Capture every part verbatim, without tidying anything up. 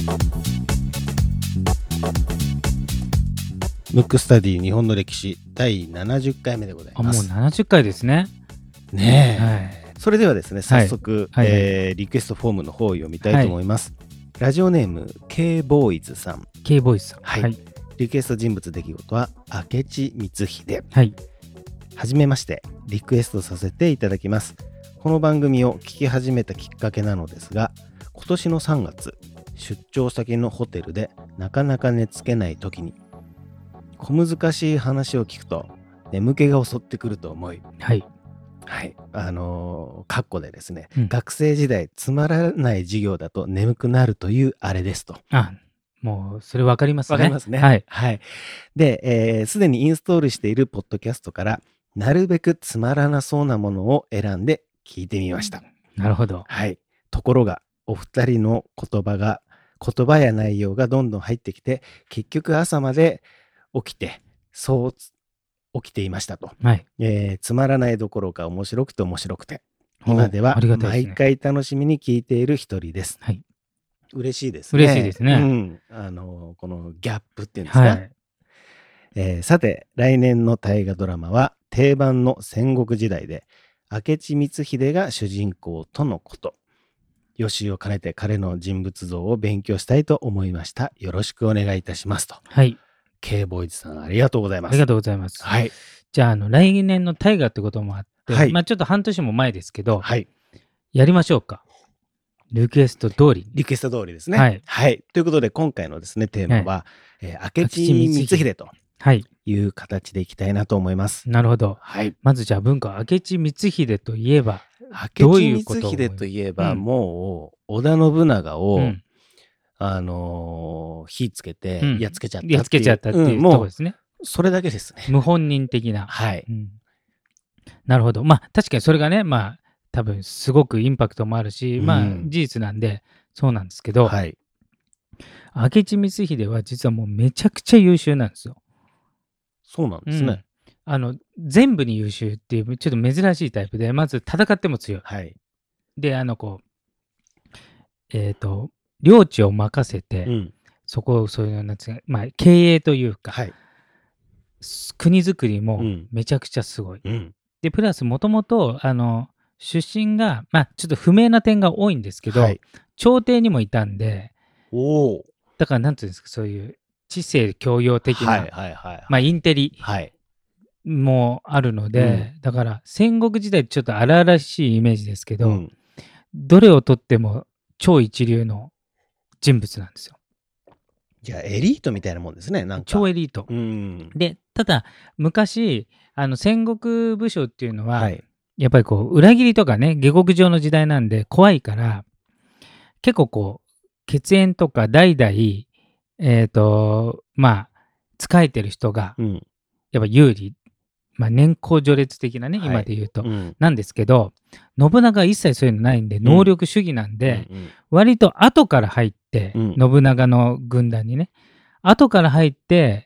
ムックスタディ日本の歴史だいななじゅっかいめでございます。 あ、もうななじゅっかいですね。 ねえ、 はい、 それではですね、早速、 はいはいえー、リクエストフォームの方を読みたいと思います。はい、ラジオネーム K ボーイズさん。 K ボーイズさん、 はいはい、リクエスト人物出来事は明智光秀。はい、はじめまして、リクエストさせていただきます。この番組を聞き始めたきっかけなのですが、今年のさんがつ、出張先のホテルでなかなか寝つけない時に小難しい話を聞くと眠気が襲ってくると思い、はいはい、あのー、カッコでですね、うん、学生時代つまらない授業だと眠くなるというあれですと。 あ、もうそれ分かりますね。 分かりますね。はい、はい、で、えー、すでにインストールしているポッドキャストからなるべくつまらなそうなものを選んで聞いてみました。 なるほど。 はい、ところがお二人の言葉が言葉や内容がどんどん入ってきて、結局朝まで起きてそう起きていましたと。はい、えー、つまらないどころか面白くて面白くて、今では毎回楽しみに聞いている一人です。はい、嬉しいですね。 嬉しいですね。 うん、あのこのギャップっていうんですか。はい、えー、さて来年の大河ドラマは定番の戦国時代で明智光秀が主人公とのこと。予習を兼ねて彼の人物像を勉強したいと思いました。よろしくお願いいたしますと。はい。K ボーイズさん、ありがとうございます。 ありがとうございます。 はい。 じゃあ、あの来年の大河ってこともあって、はい、まあちょっと半年も前ですけど、はい、やりましょうか。リクエスト通り。 リクエスト通りですね。はい。はい、ということで今回のですねテーマは、はい、えー、明智光秀という形でいきたいなと思います。 なるほど。はい。まずじゃあ文化明智光秀といえば。 明智光秀といえば、うん、もう織田信長を、うん、あのー、火つけて、うん、やっつけちゃったっていう、 やっつけちゃったっていう、うん、ところですね。 それだけですね。 無本人的な。はい、うん。なるほど。まあ確かにそれがね、まあ多分すごくインパクトもあるし、うん、まあ事実なんでそうなんですけど、はい、明智光秀は実はもうめちゃくちゃ優秀なんですよ。 そうなんですね。 うん、あの全部に優秀っていうちょっと珍しいタイプで、まず戦っても強い。はい、で、あのこうえっ、ー、と領地を任せて、うん、そこをそういうなんつうか、まあ経営というか、はい、国づくりもめちゃくちゃすごい。うん、でプラスもともとあの出身がまあちょっと不明な点が多いんですけど、はい、朝廷にもいたんで、おだからなんていうんですか、そういう知性教養的な、はいはいはいはい、まあインテリもあるので、うん、だから戦国時代ちょっと荒々しいイメージですけど、うん、どれをとっても超一流の人物なんですよ。 じゃあエリートみたいなもんですね。なんか超エリート、うん、でただ昔あの戦国武将っていうのは、はい、やっぱりこう裏切りとかね下克上の時代なんで怖いから、結構こう血縁とか代々えっ、ー、とまあ仕えてる人がやっぱ有利、まあ、年功序列的なね、はい、今で言うと、うん、なんですけど、信長は一切そういうのないんで、能力主義なんで、うんうんうん、割と後から入って、うん、信長の軍団にね後から入って、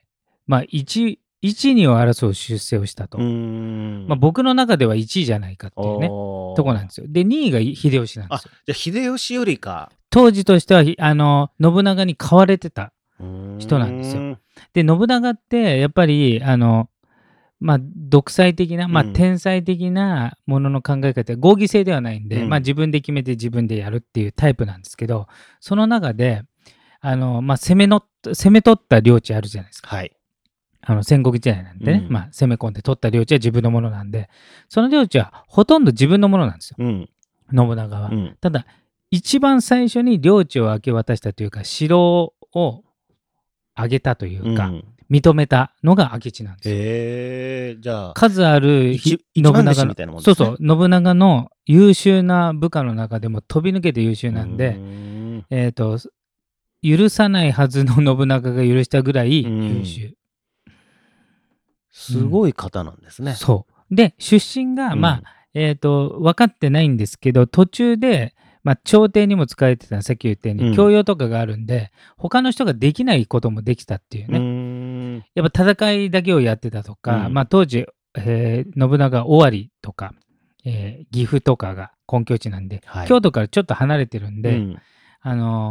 まあ、いちいにを争う出世をしたと。まあ、僕の中ではいちいじゃないかっていうねとこなんですよ。でにいが秀吉なんですよ。 あ、じゃあ秀吉よりか当時としてはあの信長に買われてた人なんですよ。で信長ってやっぱりあのまあ独裁的な、まあ、天才的なものの考え方、うん、合議制ではないんで、うん、まあ、自分で決めて自分でやるっていうタイプなんですけど、その中であの、まあ、攻めの攻め取った領地あるじゃないですか。はい、あの戦国時代なんでね、うん、まあ、攻め込んで取った領地は自分のものなんで、その領地はほとんど自分のものなんですよ、うん、信長は、うん、ただ一番最初に領地を明け渡したというか城をあげたというか、うん、認めたのが明智なんですよ。 へー、じゃあ数ある信長の、ね、そうそう信長の優秀な部下の中でも飛び抜けて優秀なんで、んえっと許さないはずの信長が許したぐらい優秀、うん、 すごい方なんですね。 うん、そうで出身が、うん、まあえっと分かってないんですけど、途中でまあ、朝廷にも使えてたさっき言ったように、うん、教養とかがあるんで他の人ができないこともできたっていうね。うーん、やっぱ戦いだけをやってたとか、うん、まあ、当時、えー、信長尾張とか、えー、岐阜とかが根拠地なんで、はい、京都からちょっと離れてるんで、うん、あの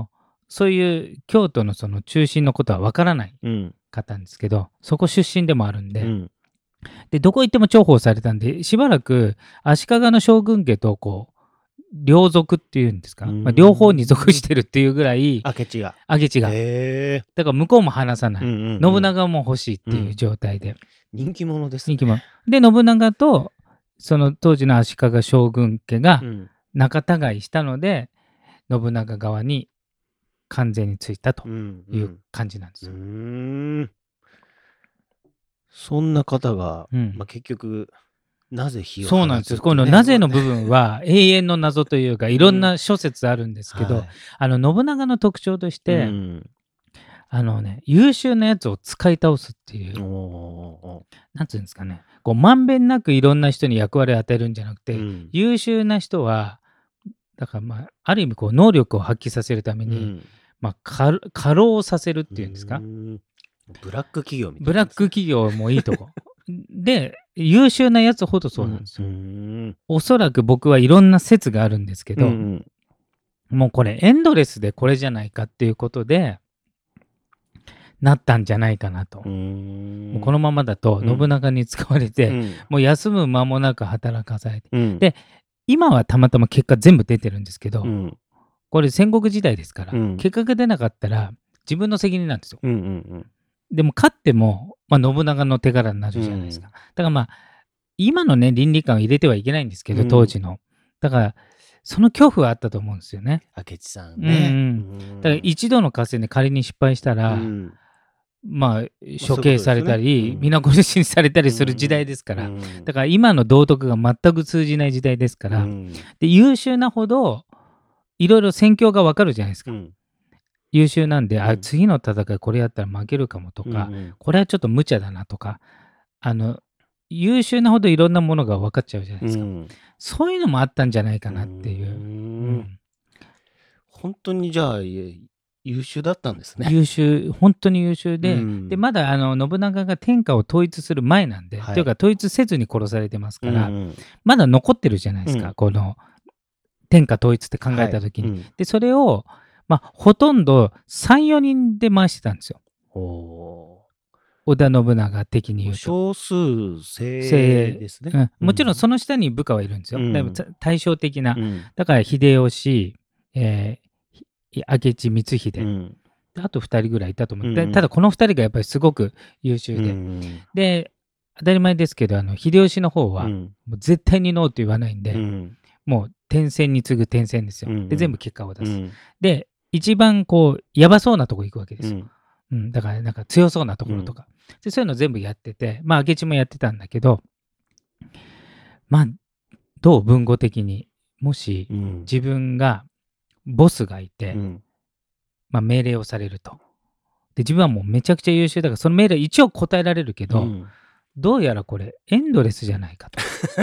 そういう京都のその中心のことは分からない方なんですけど、うん、そこ出身でもあるんで、うん、でどこ行っても重宝されたんで、しばらく足利の将軍家とこう両属っていうんですか、まあ、両方に属してるっていうぐらい、 明智が明智がだから向こうも離さない、うんうんうん、信長も欲しいっていう状態で、うん、 人気者ですね。 人気者で、信長とその当時の足利将軍家が仲違いしたので、うん、信長側に完全についたという感じなんですよ。うんうん、 そんな方が、うんまあ、結局なぜ火を放つ、 そうなんですよ。このなぜの部分は永遠の謎というか、いろんな諸説あるんですけど、うんはい、あの信長の特徴として、うん、あのね優秀なやつを使い倒すっていう、なんていうんですかね、こうまんべんなくいろんな人に役割を与えるんじゃなくて、うん、優秀な人はだからまあある意味こう能力を発揮させるために、うんまあ、過, 過労させるっていうんですか、 ブラック企業みたいな、 ブラック企業もいいとこで優秀なやつほどそうなんですよ、うん、おそらく僕はいろんな説があるんですけど、うん、もうこれエンドレスでこれじゃないかっていうことでなったんじゃないかなと。もうこのままだと信長に使われて、うん、もう休む間もなく働かされて、うん、で今はたまたま結果全部出てるんですけど、うん、これ戦国時代ですから、うん、結果が出なかったら自分の責任なんですよ、うんうんうん、でも勝っても、まあ、信長の手柄になるじゃないですか、うん、だからまあ今のね倫理観を入れてはいけないんですけど、当時のだからその恐怖はあったと思うんですよね、 明智さんね、うん、 だから一度の合戦で仮に失敗したら、うんまあ、処刑されたり、まあねうん、皆殺しにされたりする時代ですから、うん、だから今の道徳が全く通じない時代ですから、うん、で優秀なほどいろいろ戦況が分かるじゃないですか、うん、優秀なんで、うん、あ次の戦いこれやったら負けるかもとか、うんうん、これはちょっと無茶だなとか、あの優秀なほどいろんなものが分かっちゃうじゃないですか、うん、そういうのもあったんじゃないかなっていう、うん、 本当にじゃあ優秀だったんですね。 優秀、本当に優秀で、うん、でまだあの信長が天下を統一する前なんで、はい、というか統一せずに殺されてますから、うんうん、まだ残ってるじゃないですか、うん、この天下統一って考えた時に、はいうん、でそれを、まあ、ほとんどさん、よにんで回してたんですよ。織田信長的に言うと少数精鋭ですね、 うん、もちろんその下に部下はいるんですよ、うん、だいぶ対照的な、うん、だから秀吉、えー明智光秀、うん、あとふたりぐらいいたと思う、うん、ただこのふたりがやっぱりすごく優秀で、うん、で当たり前ですけどあの秀吉の方は、うん、もう絶対にノーと言わないんで、うん、もう点線に次ぐ点線ですよ、うん、で全部結果を出す、うん、で一番こうやばそうなとこ行くわけですよ、うんうん、だからなんか強そうなところとか、うん、でそういうの全部やってて、まあ明智もやってたんだけど、まあどう文語的にもし自分がボスがいて、うんまあ、命令をされると。で自分はもうめちゃくちゃ優秀だからその命令一応答えられるけど、うん、どうやらこれエンドレスじゃないかと。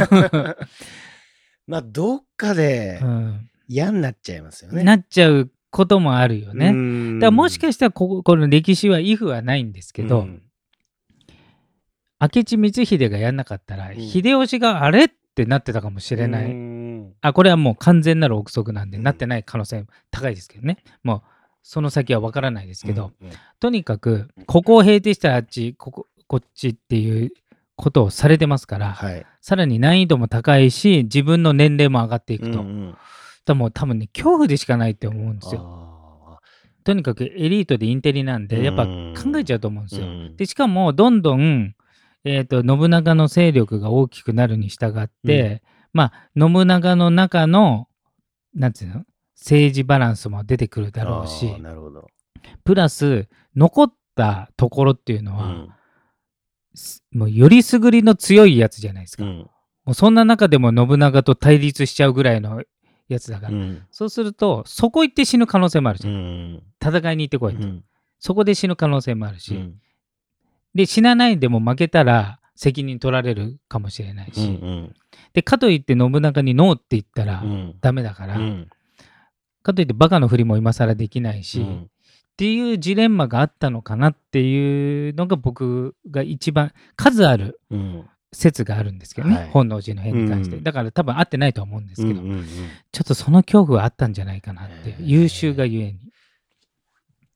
まあどっかで嫌になっちゃいますよね。 なっちゃうこともあるよね。だからもしかしたらここ、この歴史はイフはないんですけど、うん、明智光秀がやんなかったら、うん、秀吉があれってなってたかもしれない。あこれはもう完全なる憶測なんで、うん、なってない可能性高いですけどね。もうその先は分からないですけど、うんうん、とにかくここを平定したらあっち こ, こ, こっちっていうことをされてますから、はい、さらに難易度も高いし自分の年齢も上がっていくと、うんうん、だもう多分ね恐怖でしかないって思うんですよ。とにかくエリートでインテリなんでやっぱ考えちゃうと思うんですよ。うん、でしかもどんどん、えーと、信長の勢力が大きくなるに従って、うん、まあ信長の中のなんていうの政治バランスも出てくるだろうし、なるほど。プラス残ったところっていうのは、うん、もうよりすぐりの強いやつじゃないですか、うん、もうそんな中でも信長と対立しちゃうぐらいのやつだから、うん、そうするとそこ行って死ぬ可能性もあるじゃん、うん、戦いに行ってこいと、うん、そこで死ぬ可能性もあるし、うん、で死なないでも負けたら責任取られるかもしれないし、うんうん、でかといって信長にノーって言ったらダメだから、うんかといってバカのふりも今更できないし、うん、っていうジレンマがあったのかなっていうのが僕が一番数ある説があるんですけどね、はい、本能寺の変に関して、うん、だから多分合ってないとは思うんですけど、うんうんうん、ちょっとその恐怖はあったんじゃないかなっていう優秀がゆえに。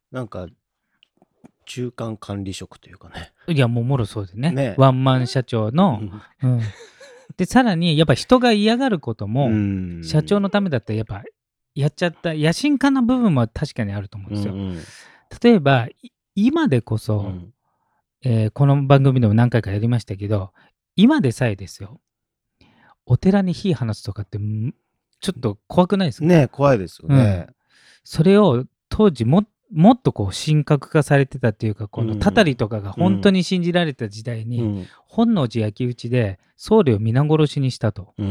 なんか中間管理職というかね。 いやもうもろそうでね。 ねワンマン社長の、うん、でさらにやっぱ人が嫌がることも社長のためだったらやっぱやっちゃった野心家な部分も確かにあると思うんですよ。うんうん、例えば今でこそ、うんえー、この番組でも何回かやりましたけど、今でさえですよ、お寺に火放つとかってちょっと怖くないですかね。怖いですよね。 うん、それを当時ももっとこう神格化されてたっていうか、このたたりとかが本当に信じられた時代に、うん、本能寺焼き討ちで僧侶を皆殺しにしたと、うん、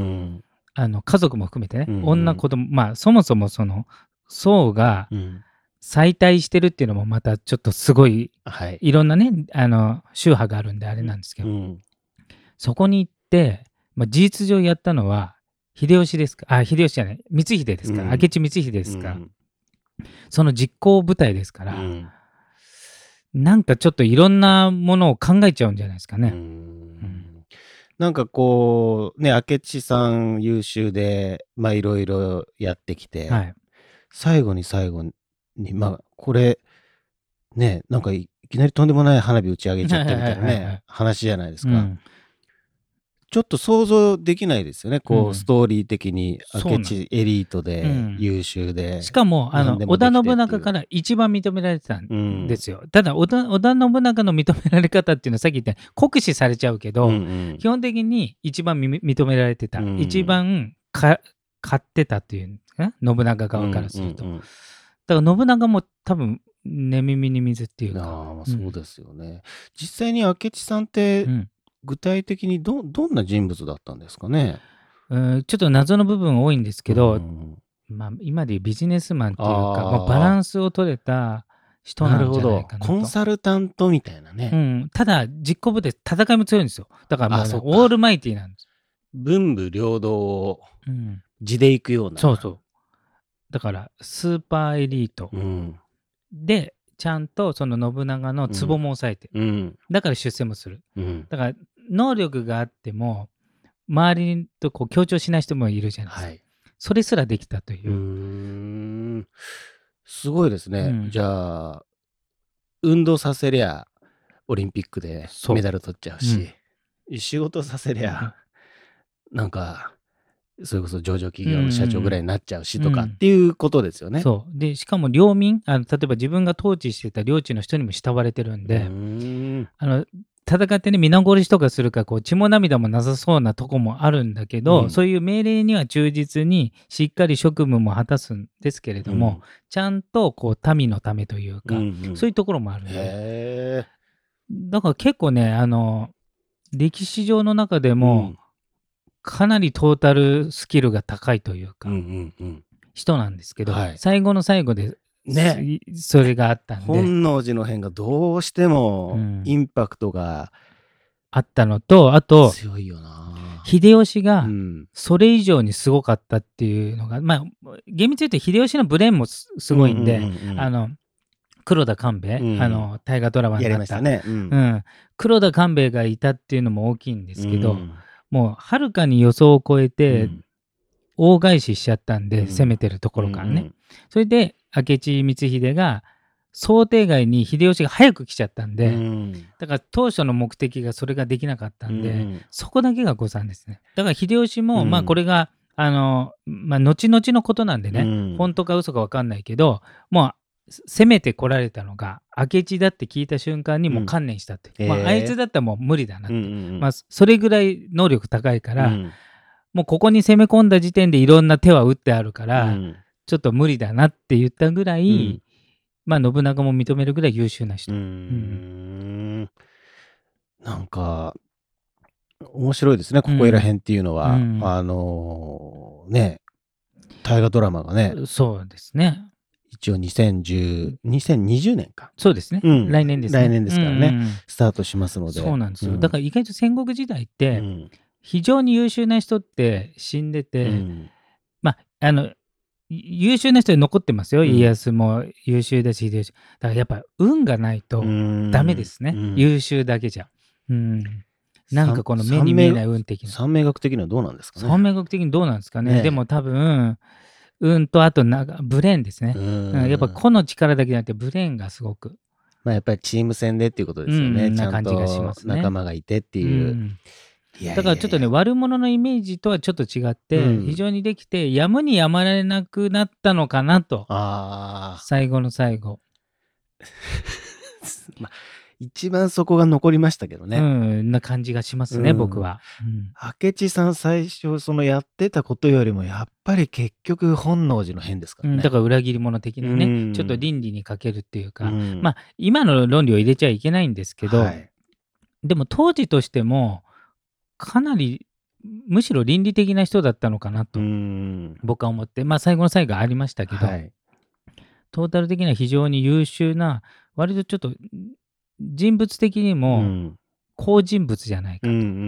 あの家族も含めてね、うんうん、女子供まあそもそもその僧が再退してるっていうのもまたちょっとすごい、はい、いろんなねあの宗派があるんであれなんですけど、うん、そこに行って、まあ、事実上やったのは秀吉ですかあ秀吉じゃない光秀ですか、うん、明智光秀ですか、うん、その実行部隊ですから、うん、なんかちょっといろんなものを考えちゃうんじゃないですかね。うん、うん、 なんかこうね明智さん優秀でまあいろいろやってきて、はい、最後に最後にまあこれねなんかいきなりとんでもない花火打ち上げちゃったみたいなね話じゃないですか。うん、ちょっと想像できないですよね、こう、うん、ストーリー的に明智エリートで、うん、優秀で、 しかもあの織田信長から一番認められてたんですよ。うん、ただ織田織田信長の認められ方っていうのはさっき言った酷使されちゃうけど、うんうん、基本的に一番認められてた、うん、一番か買ってたっていうんですか、信長側からすると、うんうんうん、だから信長も多分寝耳に水っていうか。 あ、まあ、そうですよね、うん、実際に明智さんって、うん具体的に ど, どんな人物だったんですかね。 うんちょっと謎の部分多いんですけど、うんまあ、今でいうビジネスマンっていうかまあ、バランスを取れた人なんじゃないかなと。 コンサルタントみたいなね、 うん、ただ実行部で戦いも強いんですよ。だからもう、ね、オールマイティーなんです。 文武両道を地で行くような、 うん、そうそうだからスーパーエリート、うん、でちゃんとその信長のツボも抑えて、うん、だから出世もする、うん、だから能力があっても周りとこう強調しない人もいるじゃないですか、はい、それすらできたという。うーんすごいですね、うん、じゃあ運動させりゃオリンピックでメダル取っちゃうし、うん、仕事させりゃ、うん、なんかそれこそ上場企業の社長ぐらいになっちゃうしとかっていうことですよね。 うん、そうでしかも領民あの例えば自分が統治してた領地の人にも慕われてるんで、うんあの戦ってね皆殺しとかするかこう血も涙もなさそうなとこもあるんだけど、うん、そういう命令には忠実にしっかり職務も果たすんですけれども、うん、ちゃんとこう民のためというか、うんうん、そういうところもあるんで、へだから結構ねあの歴史上の中でも、うんかなりトータルスキルが高いというか、うんうんうん、人なんですけど、はい、最後の最後で、ね、それがあったんで本能寺の変がどうしてもインパクトが、うん、 あったのとあと強いよな秀吉がそれ以上にすごかったっていうのが、うん、まあ厳密に言うと秀吉のブレーンもすごいんで、うんうんうん、あの黒田官兵衛、うん、あの大河ドラマになった、ねうんうん、黒田官兵衛がいたっていうのも大きいんですけど、うんもうはるかに予想を超えて大返ししちゃったんで、うん、攻めてるところからね、うんうん、それで明智光秀が想定外に秀吉が早く来ちゃったんで、うん、だから当初の目的がそれができなかったんで、うん、そこだけが誤算ですね。だから秀吉も、うん、まあこれがあの、まあ、後々のことなんでね、うん、本当か嘘か分かんないけどもう攻めてこられたのが明智だって聞いた瞬間にもう観念したって、うんまあ、あいつだったらもう無理だなって、うんうんうんまあ、それぐらい能力高いから、うん、もうここに攻め込んだ時点でいろんな手は打ってあるから、うん、ちょっと無理だなって言ったぐらい、うん、まあ信長も認めるぐらい優秀な人。うんうん、 なんか面白いですねここら辺っていうのは、うん、あのー、ね大河ドラマがねそうですね一応にせんじゅう、にせんにじゅうねんか。 そうですね。うん、来年ですね。 来年ですからね、うん、スタートしますので。 そうなんですよ。うん、だから意外と戦国時代って、非常に優秀な人って死んでて、うん、まあ、あの、優秀な人で残ってますよ。家康も優秀だし、秀吉。だからやっぱ運がないとダメですね。優秀だけじゃ。うん。なんかこの目に見えない運的な。 三名学的にはどうなんですかね。 三名学的にどうなんですかね。ねでも多分、 うんと、あとなんかブレーンですね。うん、やっぱ個の力だけじゃなくてブレーンがすごく。 まあ、やっぱりチーム戦でっていうことですよね。 うん、 ちゃなん感じがしまとすね。 仲間がいてってういう。 ん。 いやだからちょっとね、 いやいや。 悪者のイメージとはちょっと違っうて、 ん。 非常にできて、やむにやまれなくなったのかなと。 ああ。 最後の最後。 ま、一番そこが残りましたけどうね。 ん、な感じがしますね、僕うん。 は。うん。 明智さん最初そのやってたことよりもやっぱり結局本能寺の変ですかうん、 らね。 だから裏切り者的うなね、ちょっとん。 倫理に欠けるっていううか、 ん。 ま、今の論理を入れちゃいけないんですけど、 はい。 でも当時としても、かなり、むしろ倫理的な人だったのかなうと、 ん。 僕は思って、ま、最後の最後ありましたけど、 はい。 トータル的には非常に優秀な、割とちょっと、人物的にうもん。 好人物じゃないかとうんうんうんうん。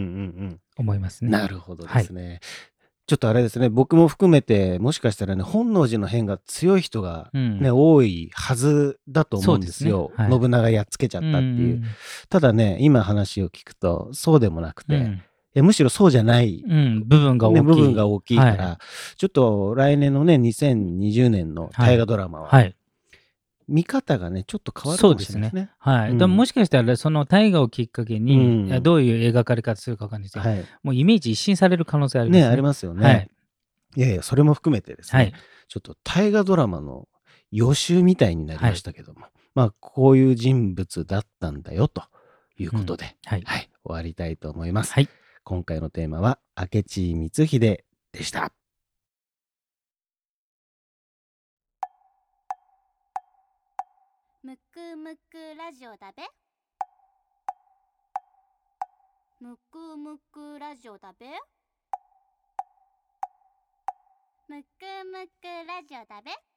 思いますね。 なるほどではい。 すね。ちょっとあれですね、僕も含めて、もしかしたらね、本能寺の変が強い人がうね、 ん。 多いはずだと思うんそうでね。 ですすよ。 はい。 信長やっつけちゃうんうったっていう。 ん。 ただね、今話を聞くと、そうでもなくて、 うん。 いや、むしろそうじゃないうん、部分がね、 大きい。 部分が大きいはい。 から、ちょっと来年のね、にせんにじゅうねんの大河はい。 ドラマは、 はい。 見方がね、ちょっと変わるかもそうですね。 しれないですね。 はい。でもうん。 もしかしたらその大河をきっかけうに、いや、 ん。 どういう描かれ方するかわかんないですよ。 はい。 もうイメージ一新される可能性ありまね、 すね。 ありますよね。 はい。 いやいや、それも含めてですね、 はい。 ちょっと大河ドラマの予習みたいになりましはい。 たけども、ま、こういう人物だったんだよといううん。 ことで、 はい。 はい、終わりたいと思います。 はい。 今回のテーマは明智光秀でした。 むくむくラジオだべ。むくむくラジオだべ。むくむくラジオだべ。